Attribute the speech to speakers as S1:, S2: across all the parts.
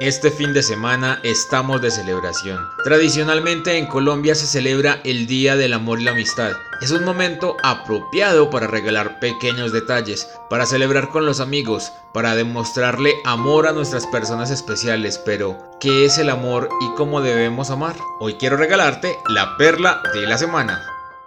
S1: Este fin de semana estamos de celebración. Tradicionalmente en Colombia se celebra el Día del Amor y la Amistad. Es un momento apropiado para regalar pequeños detalles, para celebrar con los amigos, para demostrarle amor a nuestras personas especiales. Pero, ¿qué es el amor y cómo debemos amar? Hoy quiero regalarte la perla de la semana.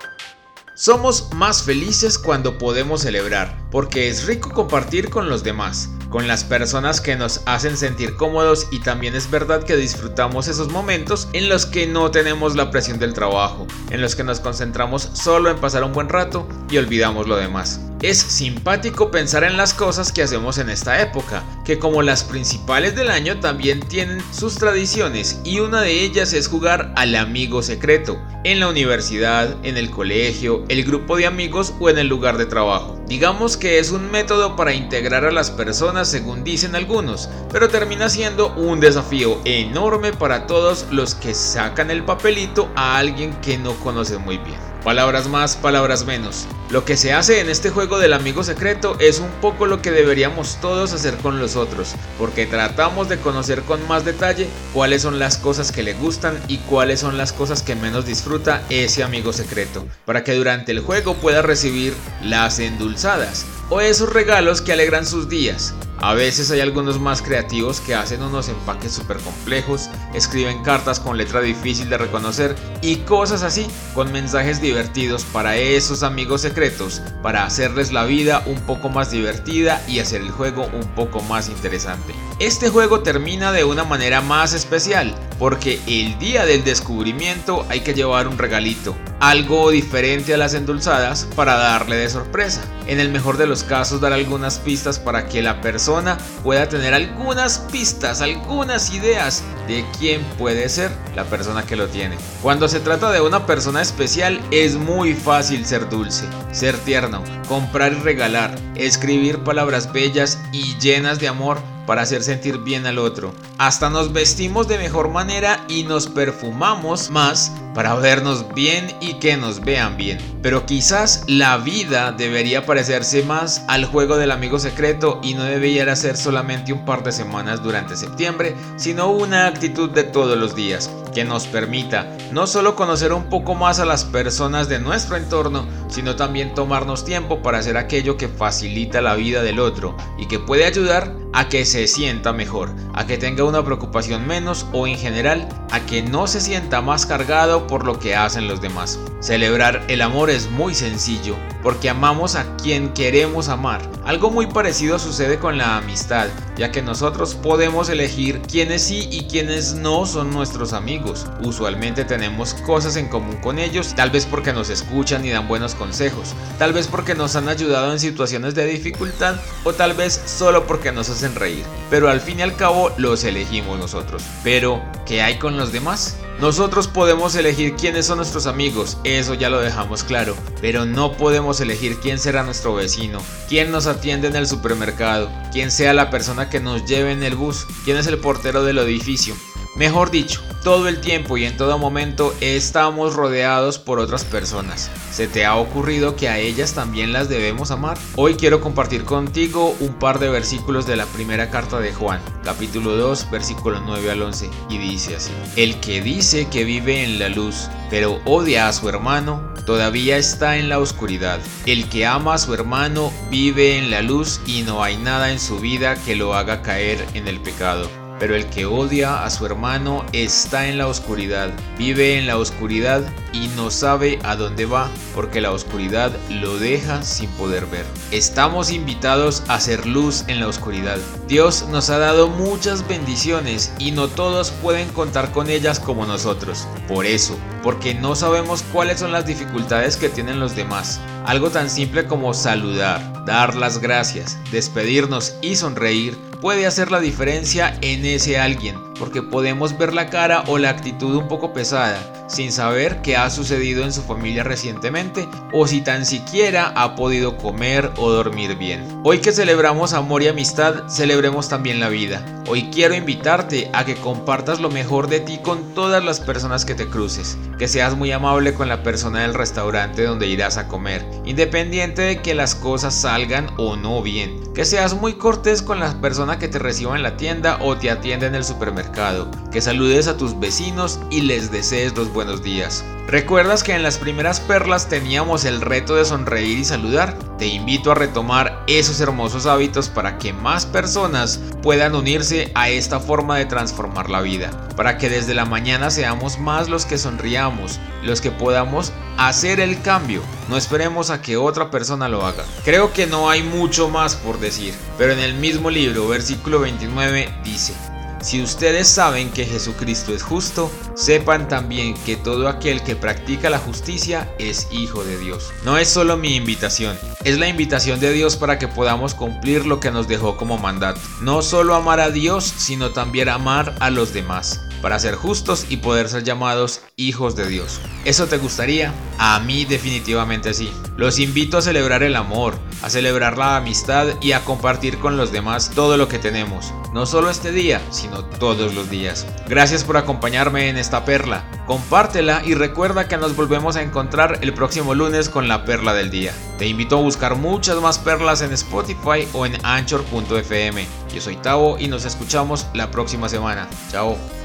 S1: Somos más felices cuando podemos celebrar, porque es rico compartir con los demás, con las personas que nos hacen sentir cómodos, y también es verdad que disfrutamos esos momentos en los que no tenemos la presión del trabajo, en los que nos concentramos solo en pasar un buen rato y olvidamos lo demás. Es simpático pensar en las cosas que hacemos en esta época, que como las principales del año también tienen sus tradiciones, y una de ellas es jugar al amigo secreto, en la universidad, en el colegio, el grupo de amigos o en el lugar de trabajo. Digamos que es un método para integrar a las personas según dicen algunos, pero termina siendo un desafío enorme para todos los que sacan el papelito a alguien que no conocen muy bien. Palabras más, palabras menos. Lo que se hace en este juego del amigo secreto es un poco lo que deberíamos todos hacer con los otros, porque tratamos de conocer con más detalle cuáles son las cosas que le gustan y cuáles son las cosas que menos disfruta ese amigo secreto, para que durante el juego pueda recibir las endulzadas o esos regalos que alegran sus días. A veces hay algunos más creativos que hacen unos empaques súper complejos, escriben cartas con letra difícil de reconocer y cosas así, con mensajes divertidos para esos amigos secretos, para hacerles la vida un poco más divertida y hacer el juego un poco más interesante. Este juego termina de una manera más especial, porque el día del descubrimiento hay que llevar un regalito, algo diferente a las endulzadas para darle de sorpresa. En el mejor de los casos, dar algunas pistas para que la persona pueda tener algunas pistas, algunas ideas de quién puede ser la persona que lo tiene. Cuando se trata de una persona especial es muy fácil ser dulce, ser tierno, comprar y regalar, escribir palabras bellas y llenas de amor para hacer sentir bien al otro. Hasta nos vestimos de mejor manera y nos perfumamos más para vernos bien y que nos vean bien. Pero quizás la vida debería parecerse más al juego del amigo secreto y no debería ser solamente un par de semanas durante septiembre, sino una actitud de todos los días que nos permita no solo conocer un poco más a las personas de nuestro entorno, sino también tomarnos tiempo para hacer aquello que facilita la vida del otro y que puede ayudar a que se sienta mejor, a que tenga una preocupación menos o en general a que no se sienta más cargado por lo que hacen los demás. Celebrar el amor es muy sencillo porque amamos a quien queremos amar. Algo muy parecido sucede con la amistad, ya que nosotros podemos elegir quiénes sí y quiénes no son nuestros amigos. Usualmente tenemos cosas en común con ellos, tal vez porque nos escuchan y dan buenos consejos, tal vez porque nos han ayudado en situaciones de dificultad o tal vez solo porque nos hacen reír, pero al fin y al cabo los elegimos nosotros. Pero, ¿qué hay con los demás? Nosotros podemos elegir quiénes son nuestros amigos, eso ya lo dejamos claro, pero no podemos elegir quién será nuestro vecino, quién nos atiende en el supermercado, quién sea la persona que nos lleve en el bus, quién es el portero del edificio. Mejor dicho, todo el tiempo y en todo momento estamos rodeados por otras personas. ¿Se te ha ocurrido que a ellas también las debemos amar? Hoy quiero compartir contigo un par de versículos de la primera carta de Juan, capítulo 2, versículo 9 al 11, y dice así: El que dice que vive en la luz, pero odia a su hermano, todavía está en la oscuridad. El que ama a su hermano vive en la luz y no hay nada en su vida que lo haga caer en el pecado. Pero el que odia a su hermano está en la oscuridad, vive en la oscuridad y no sabe a dónde va, porque la oscuridad lo deja sin poder ver. Estamos invitados a ser luz en la oscuridad. Dios nos ha dado muchas bendiciones y no todos pueden contar con ellas como nosotros. Por eso, porque no sabemos cuáles son las dificultades que tienen los demás. Algo tan simple como saludar, dar las gracias, despedirnos y sonreír puede hacer la diferencia en ese alguien. porque podemos ver la cara o la actitud un poco pesada, sin saber qué ha sucedido en su familia recientemente o si tan siquiera ha podido comer o dormir bien. Hoy que celebramos amor y amistad, celebremos también la vida. Hoy quiero invitarte a que compartas lo mejor de ti con todas las personas que te cruces, que seas muy amable con la persona del restaurante donde irás a comer, independiente de que las cosas salgan o no bien, que seas muy cortés con la persona que te reciba en la tienda o te atienda en el supermercado, que saludes a tus vecinos y les desees los buenos días. ¿Recuerdas que en las primeras perlas teníamos el reto de sonreír y saludar? Te invito a retomar esos hermosos hábitos para que más personas puedan unirse a esta forma de transformar la vida, para que desde la mañana seamos más los que sonriamos, los que podamos hacer el cambio. No esperemos a que otra persona lo haga. Creo que no hay mucho más por decir, pero en el mismo libro, versículo 29 dice: si ustedes saben que Jesucristo es justo, sepan también que todo aquel que practica la justicia es hijo de Dios. No es solo mi invitación, es la invitación de Dios para que podamos cumplir lo que nos dejó como mandato. No solo amar a Dios, sino también amar a los demás, para ser justos y poder ser llamados hijos de Dios. ¿Eso te gustaría? A mí definitivamente sí. Los invito a celebrar el amor, a celebrar la amistad y a compartir con los demás todo lo que tenemos. No solo este día, sino todos los días. Gracias por acompañarme en esta perla. Compártela y recuerda que nos volvemos a encontrar el próximo lunes con la perla del día. Te invito a buscar muchas más perlas en Spotify o en Anchor.fm. Yo soy Tavo y nos escuchamos la próxima semana. Chao.